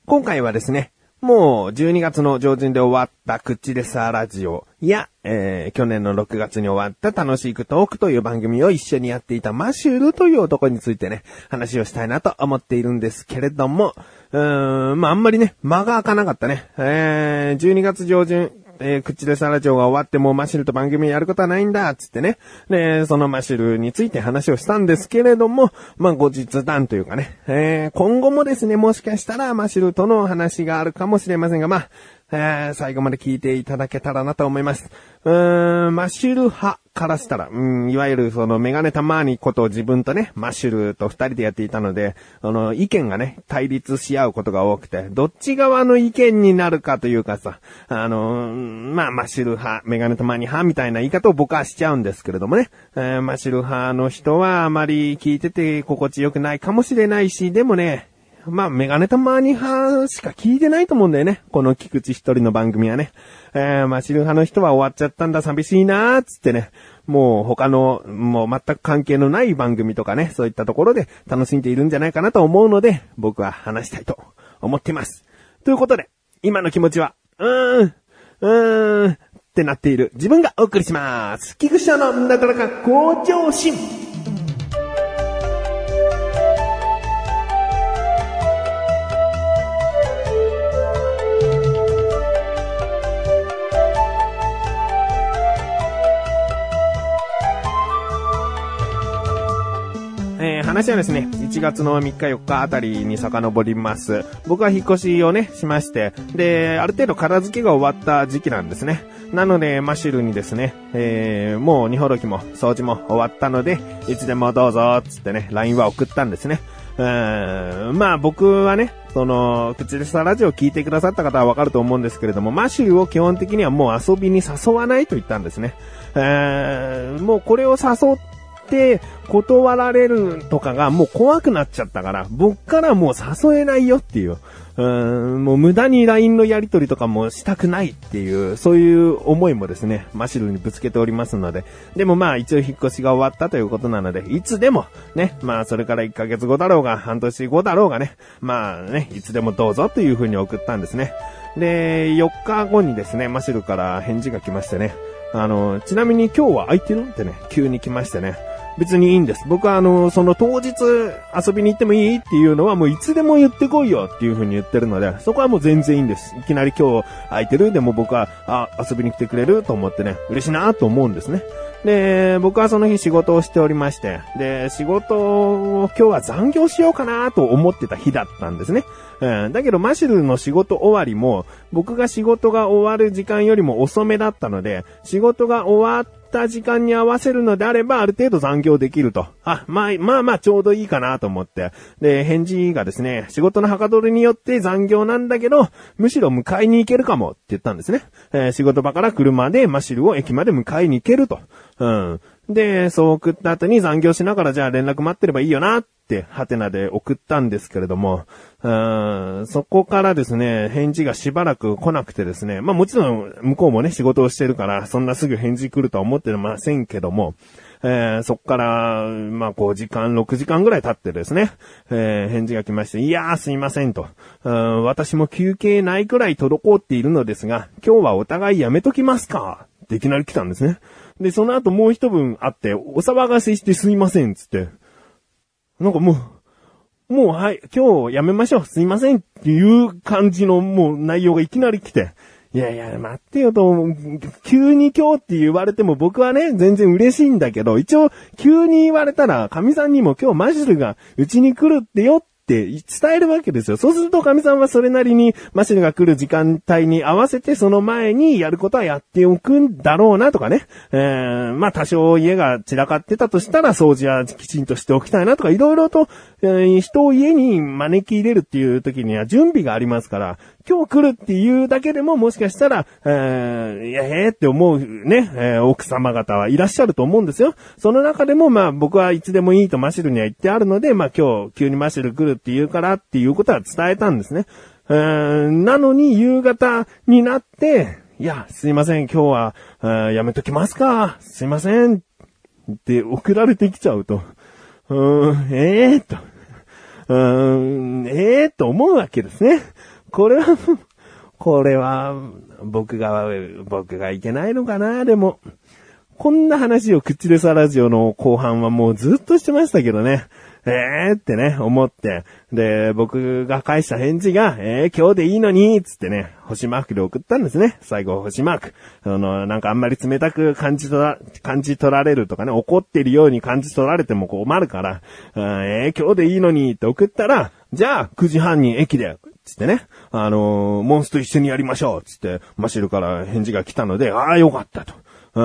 今回はですね、もう12月の上旬で終わったクッチレスラジオや、去年の6月に終わった楽しいクトークという番組を一緒にやっていたマシュルという男についてね、話をしたいなと思っているんですけれども、あんまりね、間が空かなかったね。12月上旬、クッチレスラジオが終わってもうマシュルと番組やることはないんだ、つってね。で、そのマシュルについて話をしたんですけれども、後日談というかね、今後もですね、もしかしたらマシュルとの話があるかもしれませんが、最後まで聞いていただけたらなと思います。マシュル派からしたら、いわゆるそのメガネたまーにことを自分とね、マシュルと二人でやっていたので、意見がね、対立し合うことが多くて、どっち側の意見になるかというかさ、マシュル派、メガネたまーに派みたいな言い方を僕はしちゃうんですけれどもね、マシュル派の人はあまり聞いてて心地よくないかもしれないし、でもね、メガネたまーに派しか聞いてないと思うんだよね。この菊池一人の番組はね。マシル派の人は終わっちゃったんだ、寂しいなーっつってね。もう他の、もう全く関係のない番組とかね、そういったところで楽しんでいるんじゃないかなと思うので、僕は話したいと思っています。ということで、今の気持ちは、ってなっている自分がお送りします。菊池のなかなか向上心。話はですね、1月の3日4日あたりに遡ります。僕は引っ越しをね、しまして、で、ある程度片付けが終わった時期なんですね。なので、マシュルにですね、もう荷ほどきも掃除も終わったので、いつでもどうぞ、つってね、LINE は送ったんですね。僕はね、口レスラジオを聞いてくださった方はわかると思うんですけれども、マシュルを基本的にはもう遊びに誘わないと言ったんですね。もうこれを誘って断られるとかがもう怖くなっちゃったから、僕からもう誘えないよっていう、もう無駄に LINE のやり取りとかもしたくないっていう、そういう思いもですね、マシルにぶつけておりますので、でも一応引っ越しが終わったということなので、いつでもね、それから1ヶ月後だろうが、半年後だろうがね、いつでもどうぞという風に送ったんですね。で、4日後にですね、マシルから返事が来ましてね、ちなみに今日は空いてるってね、急に来ましてね、別にいいんです。僕はその当日遊びに行ってもいいっていうのはもういつでも言ってこいよっていう風に言ってるので、そこはもう全然いいんです。いきなり今日空いてるでも僕は、遊びに来てくれると思ってね、嬉しいなと思うんですね。で、僕はその日仕事をしておりまして、で、仕事を今日は残業しようかなと思ってた日だったんですね。だけどマシュルの仕事終わりも、僕が仕事が終わる時間よりも遅めだったので、仕事が終わった時間に合わせるのであれば、ある程度残業できると。ちょうどいいかなと思って。で、返事がですね、仕事のはかどりによって残業なんだけど、むしろ迎えに行けるかもって言ったんですね。仕事場から車でマシルを駅まで迎えに行けると。で、そう送った後に残業しながらじゃあ連絡待ってればいいよなって、ハテナで送ったんですけれども、そこからですね、返事がしばらく来なくてですね、もちろん向こうもね、仕事をしてるから、そんなすぐ返事来るとは思ってませんけども、そこから、5時間、6時間ぐらい経ってですね、返事が来まして、いやーすいませんと、私も休憩ないくらい滞っているのですが、今日はお互いやめときますかっていきなり来たんですね。で、その後もう一文あって、お騒がせしてすいませんつって、なんかもうはい、今日やめましょう、すいませんっていう感じのもう内容がいきなり来て、いやいや、待ってよと、急に今日って言われても僕はね、全然嬉しいんだけど、一応、急に言われたら、神さんにも今日マシルがうちに来るってよって伝えるわけですよ。そうすると神さんはそれなりにマシルが来る時間帯に合わせてその前にやることはやっておくんだろうなとかね。多少家が散らかってたとしたら掃除はきちんとしておきたいなとか、いろいろと、人を家に招き入れるっていう時には準備がありますから、今日来るっていうだけでももしかしたら、って思うね、奥様方はいらっしゃると思うんですよ。その中でも僕はいつでもいいとマシルには言ってあるので、今日急にマシル来るって言うからっていうことは伝えたんですね。なのに夕方になって、いや、すいません、今日は、やめときますか。すいません。って送られてきちゃうと。と思うわけですね。 これは、僕がいけないのかな。でも、こんな話を口でさラジオの後半はもうずっとしてましたけどね。ってね、思って。で、僕が返した返事が、今日でいいのに、つってね、星マークで送ったんですね。最後、星マーク。なんかあんまり冷たく感じ取られるとかね、怒ってるように感じ取られても困るから、今日でいいのにって送ったら、じゃあ、9時半に駅で、つってね、モンスと一緒にやりましょう、つって、マシルから返事が来たので、ああ、よかったと。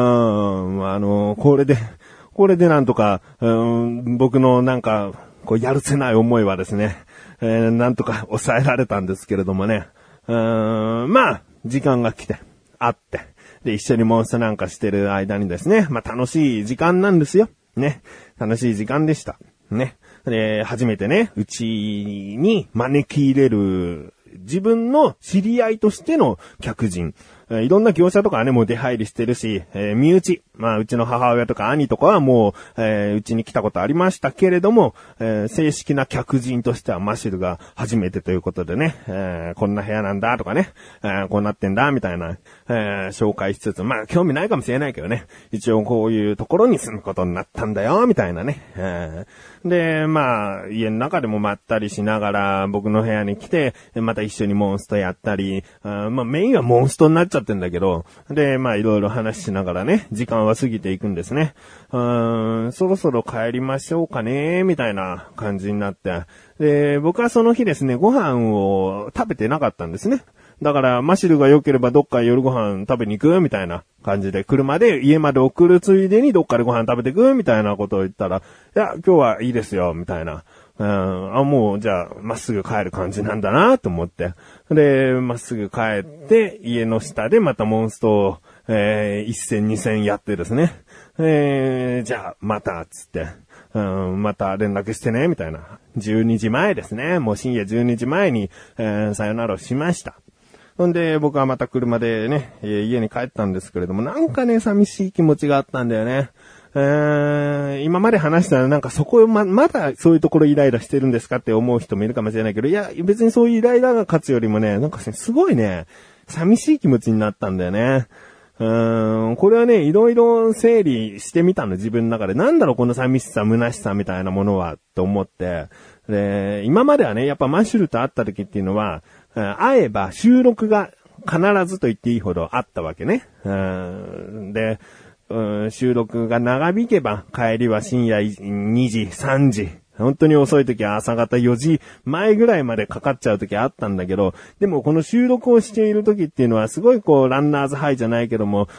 これでなんとか、僕のなんか、やるせない思いはですね、なんとか抑えられたんですけれどもね。まあ、時間が来て、会って、で、一緒にモンストなんかしてる間にですね、まあ楽しい時間なんですよ。ね。楽しい時間でした。ね。で、初めてね、うちに招き入れる、自分の知り合いとしての客人。いろんな業者とかはね、もう出入りしてるし、身内。まあ、うちの母親とか兄とかはもう、うちに来たことありましたけれども、正式な客人としてはマシルが初めてということでね、こんな部屋なんだとかね、こうなってんだみたいな、紹介しつつ、まあ、興味ないかもしれないけどね、一応こういうところに住むことになったんだよ、みたいなね。で、まあ、家の中でもまったりしながら、僕の部屋に来て、また一緒にモンストやったり、まあ、メインはモンストになっちゃってんだけど、で、まあ、いろいろ話しながらね、時間は過ぎていくんですね。そろそろ帰りましょうかね、みたいな感じになって。で、僕はその日ですね、ご飯を食べてなかったんですね。だから、マシルが良ければどっか夜ご飯食べに行くみたいな感じで、車で家まで送るついでにどっかでご飯食べてくみたいなことを言ったら、いや、今日はいいですよ、みたいな。もう、じゃあ、まっすぐ帰る感じなんだなと思って。で、まっすぐ帰って、家の下でまたモンストを、1戦2戦やってですね。じゃあ、また、つって。また連絡してね、みたいな。12時前ですね。もう深夜12時前に、さよならをしました。ほんで、僕はまた車でね、家に帰ったんですけれども、なんかね、寂しい気持ちがあったんだよね。今まで話したらなんかそこをまだそういうところイライラしてるんですかって思う人もいるかもしれないけど、いや、別にそういうイライラが勝つよりもね、なんかすごいね、寂しい気持ちになったんだよね。これはね、いろいろ整理してみたの、自分の中で。なんだろう、この寂しさ、虚しさみたいなものは、と思って。で、今まではね、やっぱマッシュルと会った時っていうのは、会えば収録が必ずと言っていいほどあったわけね。で、収録が長引けば帰りは深夜2時、3時。本当に遅い時は朝方4時前ぐらいまでかかっちゃう時あったんだけど、でもこの収録をしている時っていうのはすごいランナーズハイじゃないけども、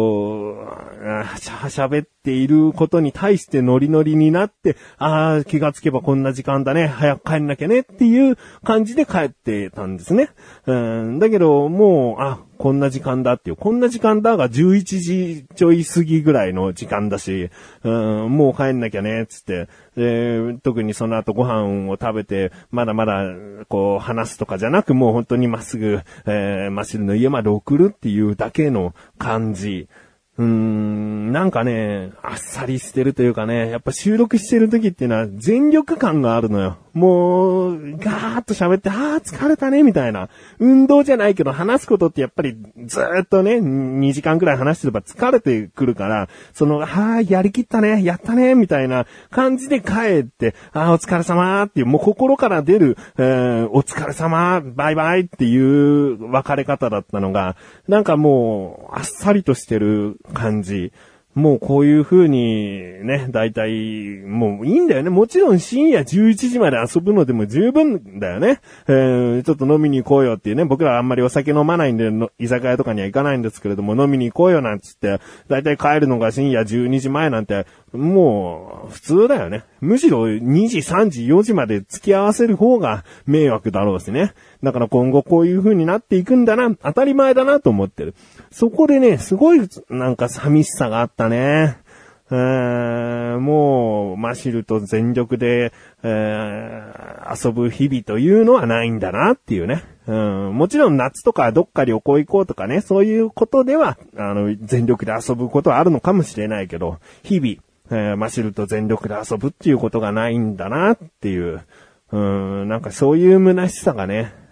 喋っていることに対してノリノリになって、気がつけばこんな時間だね、早く帰んなきゃねっていう感じで帰ってたんですね。だけどもう、こんな時間だっていう、こんな時間だが11時ちょい過ぎぐらいの時間だし、もう帰んなきゃね、つって、特にその後ご飯を食べて、まだまだ、話すとかじゃなく、もう本当にまっすぐ、マシルの家まで送るっていうだけの感じ。なんかね、あっさりしてるというかね、やっぱ収録してる時っていうのは全力感があるのよ。もう、ガーッと喋って、疲れたね、みたいな。運動じゃないけど、話すことってやっぱりずーっとね、2時間くらい話してれば疲れてくるから、やりきったね、やったね、みたいな感じで帰って、お疲れ様っていう、もう心から出る、お疲れ様、バイバイっていう別れ方だったのが、なんかもう、あっさりとしてる感じ。もうこういう風にね、だいたいもういいんだよね。もちろん深夜11時まで遊ぶのでも十分だよね。ちょっと飲みに行こうよっていうね。僕らあんまりお酒飲まないんで居酒屋とかには行かないんですけれども、飲みに行こうよなんつって、だいたい帰るのが深夜12時前なんて、もう普通だよね。むしろ2時、3時、4時まで付き合わせる方が迷惑だろうしね。だから今後こういう風になっていくんだな、当たり前だなと思ってる。そこでね、すごいなんか寂しさがあったね。もう、マシルと全力で、遊ぶ日々というのはないんだなっていうね。もちろん夏とかどっか旅行行こうとかね、そういうことでは、全力で遊ぶことはあるのかもしれないけど、日々、マシルと全力で遊ぶっていうことがないんだなっていう、なんかそういう虚しさがね、